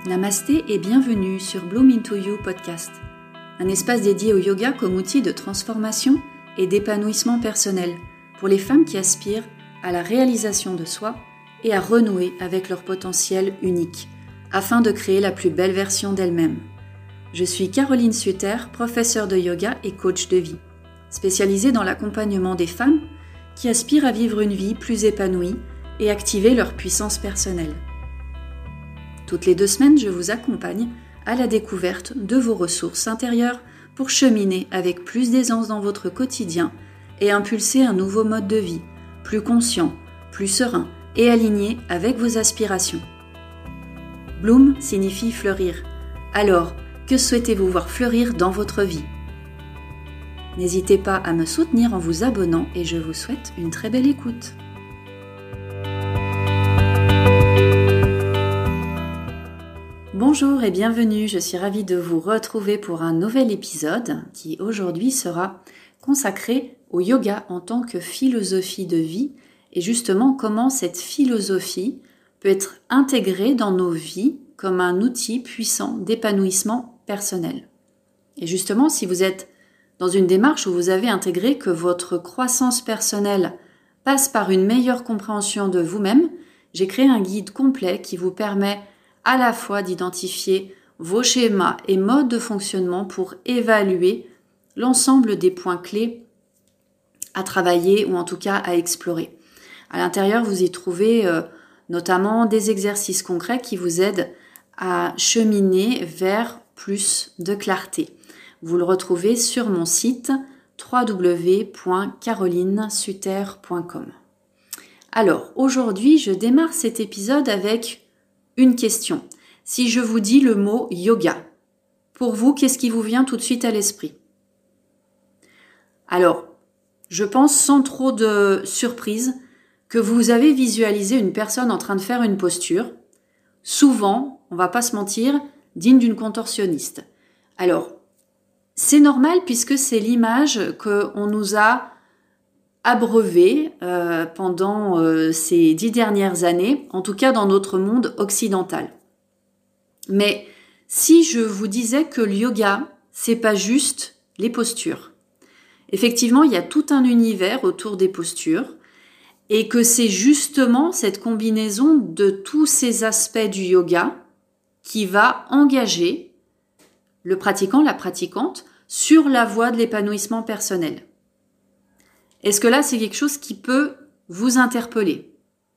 Namasté et bienvenue sur Bloom Into You podcast, un espace dédié au yoga comme outil de transformation et d'épanouissement personnel pour les femmes qui aspirent à la réalisation de soi et à renouer avec leur potentiel unique, afin de créer la plus belle version d'elles-mêmes. Je suis Caroline Sutter, professeure de yoga et coach de vie, spécialisée dans l'accompagnement des femmes qui aspirent à vivre une vie plus épanouie et activer leur puissance personnelle. Toutes les 2 semaines, je vous accompagne à la découverte de vos ressources intérieures pour cheminer avec plus d'aisance dans votre quotidien et impulser un nouveau mode de vie, plus conscient, plus serein et aligné avec vos aspirations. Bloom signifie fleurir. Alors, que souhaitez-vous voir fleurir dans votre vie ? N'hésitez pas à me soutenir en vous abonnant et je vous souhaite une très belle écoute. Bonjour et bienvenue, je suis ravie de vous retrouver pour un nouvel épisode qui aujourd'hui sera consacré au yoga en tant que philosophie de vie et justement comment cette philosophie peut être intégrée dans nos vies comme un outil puissant d'épanouissement personnel. Et justement, si vous êtes dans une démarche où vous avez intégré que votre croissance personnelle passe par une meilleure compréhension de vous-même, j'ai créé un guide complet qui vous permet à la fois d'identifier vos schémas et modes de fonctionnement pour évaluer l'ensemble des points clés à travailler ou en tout cas à explorer. À l'intérieur, vous y trouvez notamment des exercices concrets qui vous aident à cheminer vers plus de clarté. Vous le retrouvez sur mon site www.carolinesutter.com. Alors, aujourd'hui, je démarre cet épisode avec une question. Si je vous dis le mot yoga, pour vous, qu'est-ce qui vous vient tout de suite à l'esprit ? Alors, je pense sans trop de surprise que vous avez visualisé une personne en train de faire une posture, souvent, on va pas se mentir, digne d'une contorsionniste. Alors, c'est normal puisque c'est l'image qu'on nous a abreuvée pendant ces 10 dernières années, en tout cas dans notre monde occidental. Mais si je vous disais que le yoga, c'est pas juste les postures. Effectivement, il y a tout un univers autour des postures et que c'est justement cette combinaison de tous ces aspects du yoga qui va engager le pratiquant, la pratiquante, sur la voie de l'épanouissement personnel. Est-ce que là, c'est quelque chose qui peut vous interpeller ?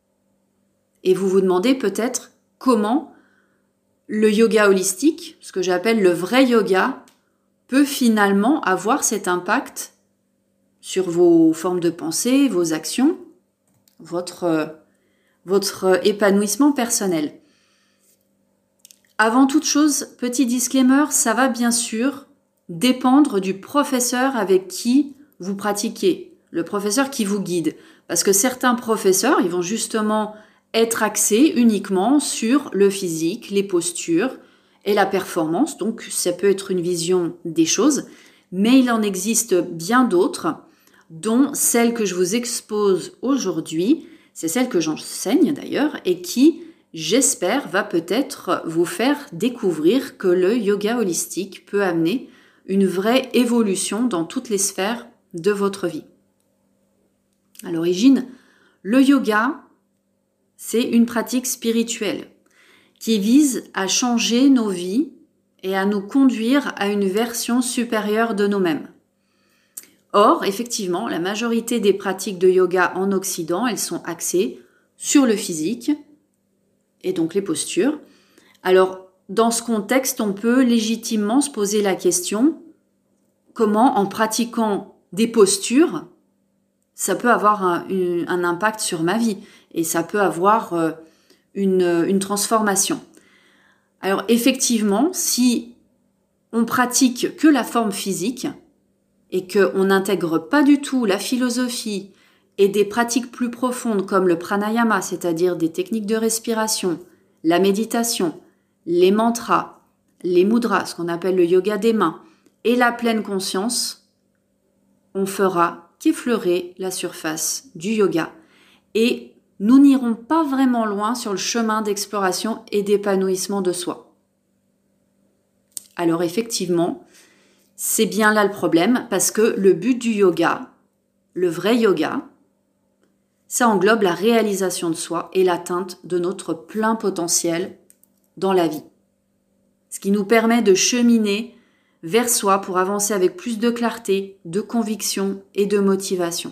Et vous vous demandez peut-être comment le yoga holistique, ce que j'appelle le vrai yoga, peut finalement avoir cet impact sur vos formes de pensée, vos actions, votre épanouissement personnel. Avant toute chose, petit disclaimer, ça va bien sûr dépendre du professeur avec qui vous pratiquez, le professeur qui vous guide. Parce que certains professeurs, ils vont justement être axés uniquement sur le physique, les postures et la performance. Donc, ça peut être une vision des choses. Mais il en existe bien d'autres, dont celle que je vous expose aujourd'hui. C'est celle que j'enseigne d'ailleurs et qui, j'espère, va peut-être vous faire découvrir que le yoga holistique peut amener une vraie évolution dans toutes les sphères de votre vie. À l'origine, le yoga, c'est une pratique spirituelle qui vise à changer nos vies et à nous conduire à une version supérieure de nous-mêmes. Or, effectivement, la majorité des pratiques de yoga en Occident, elles sont axées sur le physique et donc les postures. Alors, dans ce contexte, on peut légitimement se poser la question comment, en pratiquant des postures, ça peut avoir un impact sur ma vie et ça peut avoir une transformation. Alors effectivement, si on pratique que la forme physique et qu'on n'intègre pas du tout la philosophie et des pratiques plus profondes comme le pranayama, c'est-à-dire des techniques de respiration, la méditation, les mantras, les mudras, ce qu'on appelle le yoga des mains, et la pleine conscience, on fera qu'effleurer la surface du yoga et nous n'irons pas vraiment loin sur le chemin d'exploration et d'épanouissement de soi. Alors effectivement, c'est bien là le problème parce que le but du yoga, le vrai yoga, ça englobe la réalisation de soi et l'atteinte de notre plein potentiel dans la vie. Ce qui nous permet de cheminer vers soi pour avancer avec plus de clarté, de conviction et de motivation.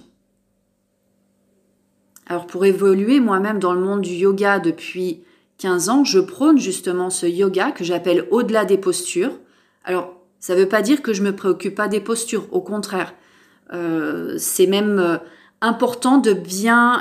Alors pour évoluer moi-même dans le monde du yoga depuis 15 ans, je prône justement ce yoga que j'appelle au-delà des postures. Alors ça ne veut pas dire que je ne me préoccupe pas des postures, au contraire. C'est même important de bien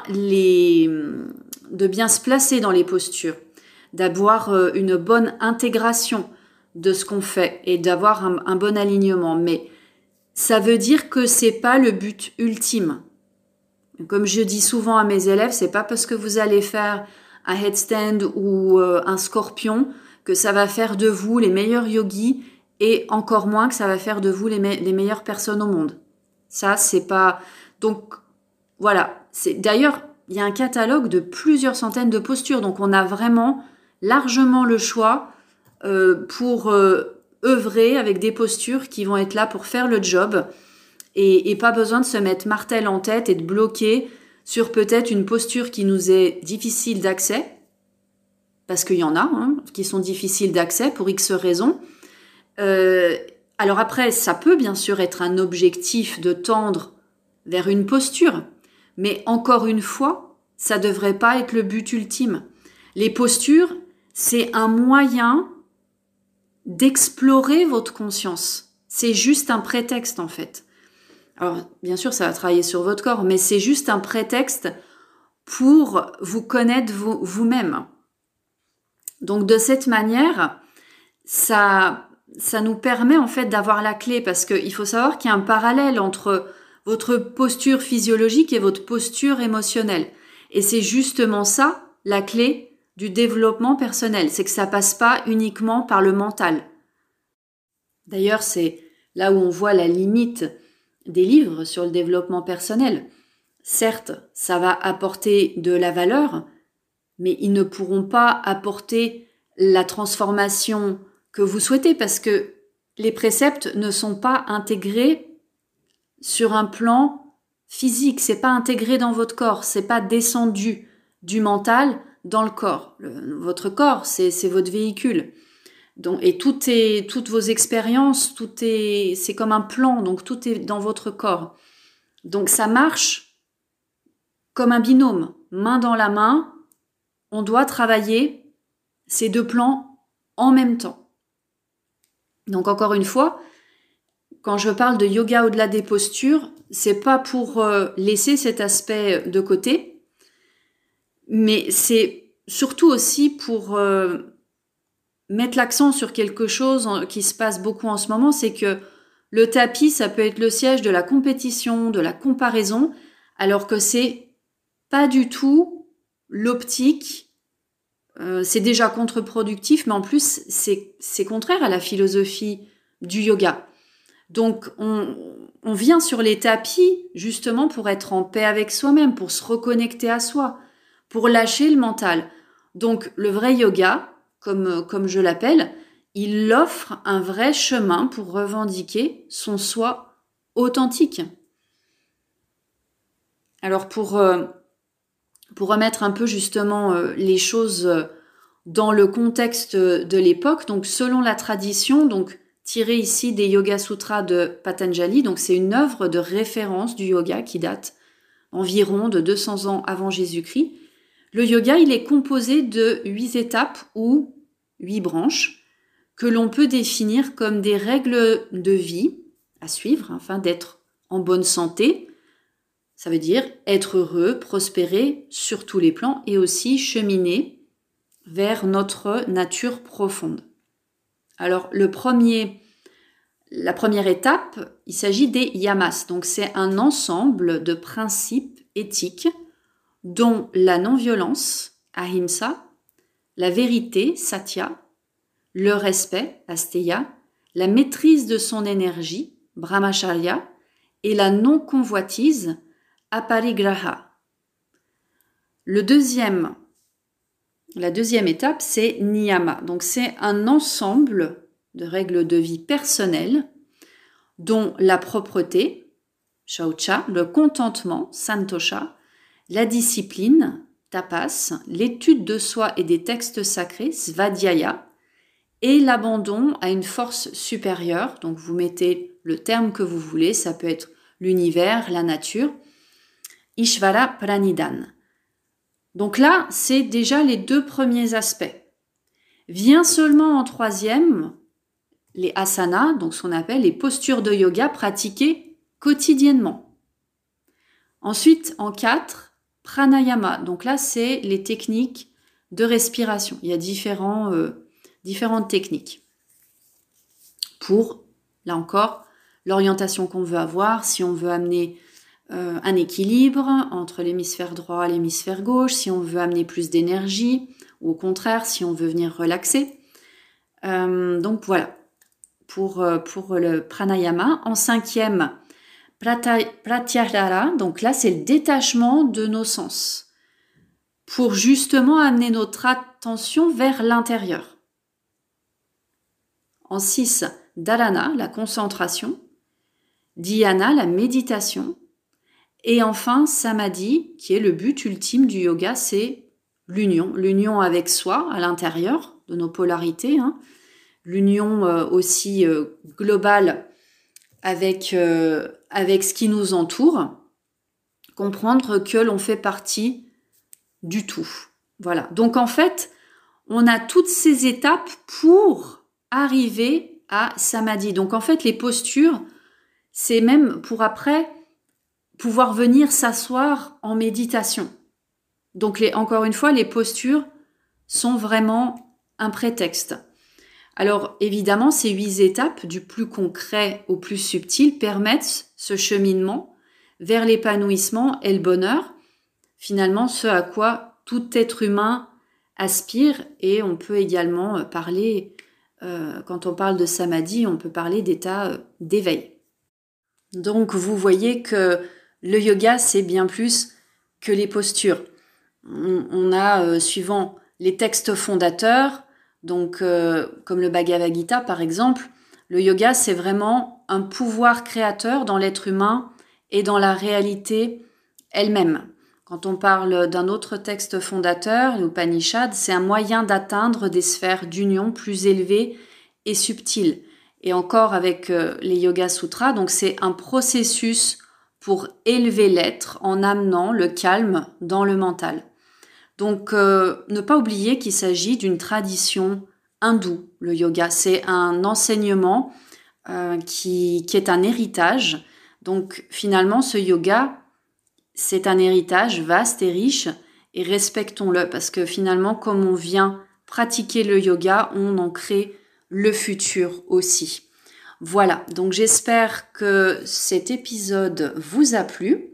se placer dans les postures, d'avoir une bonne intégration de ce qu'on fait et d'avoir un bon alignement. Mais ça veut dire que c'est pas le but ultime. Comme je dis souvent à mes élèves, c'est pas parce que vous allez faire un headstand ou un scorpion que ça va faire de vous les meilleurs yogis et encore moins que ça va faire de vous les meilleures personnes au monde. Ça, c'est pas... Donc, voilà. D'ailleurs, il y a un catalogue de plusieurs centaines de postures. Donc, on a vraiment largement le choix pour œuvrer avec des postures qui vont être là pour faire le job et pas besoin de se mettre martel en tête et de bloquer sur peut-être une posture qui nous est difficile d'accès, parce qu'il y en a qui sont difficiles d'accès pour X raisons. Alors après, ça peut bien sûr être un objectif de tendre vers une posture, mais encore une fois, ça devrait pas être le but ultime. Les postures, c'est un moyen d'explorer votre conscience. C'est juste un prétexte en fait. Alors bien sûr, ça va travailler sur votre corps, mais c'est juste un prétexte pour vous connaître vous-même. Donc de cette manière, ça nous permet en fait d'avoir la clé, parce qu'il faut savoir qu'il y a un parallèle entre votre posture physiologique et votre posture émotionnelle. Et c'est justement ça, la clé du développement personnel, c'est que ça passe pas uniquement par le mental. D'ailleurs, c'est là où on voit la limite des livres sur le développement personnel. Certes, ça va apporter de la valeur, mais ils ne pourront pas apporter la transformation que vous souhaitez, parce que les préceptes ne sont pas intégrés sur un plan physique, c'est pas intégré dans votre corps, c'est pas descendu du mental dans le corps. Votre corps, c'est votre véhicule. Donc, et toutes vos expériences, c'est comme un plan, donc tout est dans votre corps. Donc ça marche comme un binôme, main dans la main. On doit travailler ces deux plans en même temps. Donc encore une fois, quand je parle de yoga au-delà des postures, c'est pas pour laisser cet aspect de côté, mais c'est surtout aussi pour mettre l'accent sur quelque chose qui se passe beaucoup en ce moment, c'est que le tapis, ça peut être le siège de la compétition, de la comparaison, alors que c'est pas du tout l'optique. C'est déjà contre-productif, mais en plus, c'est contraire à la philosophie du yoga. Donc, on vient sur les tapis justement pour être en paix avec soi-même, pour se reconnecter à soi, pour lâcher le mental. Donc, le vrai yoga, comme je l'appelle, il offre un vrai chemin pour revendiquer son soi authentique. Alors, pour remettre un peu justement les choses dans le contexte de l'époque, donc selon la tradition, donc tirée ici des Yoga Sutras de Patanjali, donc c'est une œuvre de référence du yoga qui date environ de 200 ans avant Jésus-Christ. Le yoga, il est composé de 8 étapes ou 8 branches que l'on peut définir comme des règles de vie à suivre afin d'être en bonne santé. Ça veut dire être heureux, prospérer sur tous les plans et aussi cheminer vers notre nature profonde. Alors, la première étape, il s'agit des yamas. Donc, c'est un ensemble de principes éthiques dont la non-violence, ahimsa, la vérité, satya, le respect, asteya, la maîtrise de son énergie, brahmacharya, et la non-convoitise, aparigraha. La deuxième étape, c'est niyama. Donc, c'est un ensemble de règles de vie personnelles, dont la propreté, shaucha, le contentement, santosha, la discipline, tapas, l'étude de soi et des textes sacrés, svadhyaya, et l'abandon à une force supérieure. Donc vous mettez le terme que vous voulez, ça peut être l'univers, la nature, Ishvara Pranidhan. Donc là, c'est déjà les 2 premiers aspects. Vient seulement en 3e, les asanas, donc ce qu'on appelle les postures de yoga pratiquées quotidiennement. Ensuite, en 4, pranayama. Donc là, c'est les techniques de respiration. Il y a différentes techniques pour, là encore, l'orientation qu'on veut avoir, si on veut amener un équilibre entre l'hémisphère droit et l'hémisphère gauche, si on veut amener plus d'énergie, ou au contraire, si on veut venir relaxer. Donc voilà, pour le pranayama. En 5e, pratyahara, donc là c'est le détachement de nos sens, pour justement amener notre attention vers l'intérieur. En 6, dharana, la concentration, dhyana, la méditation, et enfin samadhi, qui est le but ultime du yoga, c'est l'union avec soi à l'intérieur de nos polarités, l'union aussi globale avec ce qui nous entoure, comprendre que l'on fait partie du tout. Voilà. Donc en fait, on a toutes ces étapes pour arriver à samadhi. Donc en fait, les postures, c'est même pour après pouvoir venir s'asseoir en méditation. Donc encore une fois, les postures sont vraiment un prétexte. Alors évidemment, ces 8 étapes, du plus concret au plus subtil, permettent ce cheminement vers l'épanouissement et le bonheur, finalement ce à quoi tout être humain aspire. Et on peut également parler, quand on parle de samadhi, on peut parler d'état d'éveil. Donc vous voyez que le yoga, c'est bien plus que les postures. On a, suivant les textes fondateurs, donc comme le Bhagavad Gita par exemple, le yoga, c'est vraiment un pouvoir créateur dans l'être humain et dans la réalité elle-même. Quand on parle d'un autre texte fondateur, l'Upanishad, c'est un moyen d'atteindre des sphères d'union plus élevées et subtiles. Et encore avec les Yoga Sutras, donc c'est un processus pour élever l'être en amenant le calme dans le mental. Donc ne pas oublier qu'il s'agit d'une tradition hindoue, le yoga. C'est un enseignement qui est un héritage. Donc finalement, ce yoga, c'est un héritage vaste et riche, et respectons-le, parce que finalement, comme on vient pratiquer le yoga, on en crée le futur aussi. Voilà, donc j'espère que cet épisode vous a plu.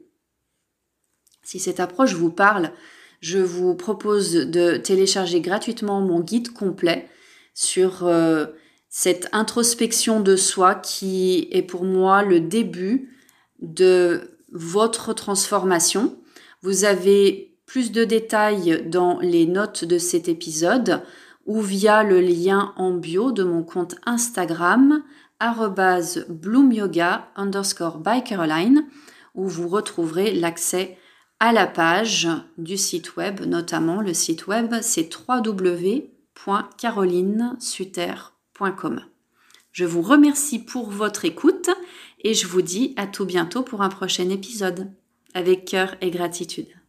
Si cette approche vous parle, je vous propose de télécharger gratuitement mon guide complet sur cette introspection de soi qui est pour moi le début de votre transformation. Vous avez plus de détails dans les notes de cet épisode ou via le lien en bio de mon compte Instagram @bloomyoga_by_Caroline, où vous retrouverez l'accès à la page du site web, notamment le site web, c'est www.carolinesuter.com. Je vous remercie pour votre écoute et je vous dis à tout bientôt pour un prochain épisode. Avec cœur et gratitude.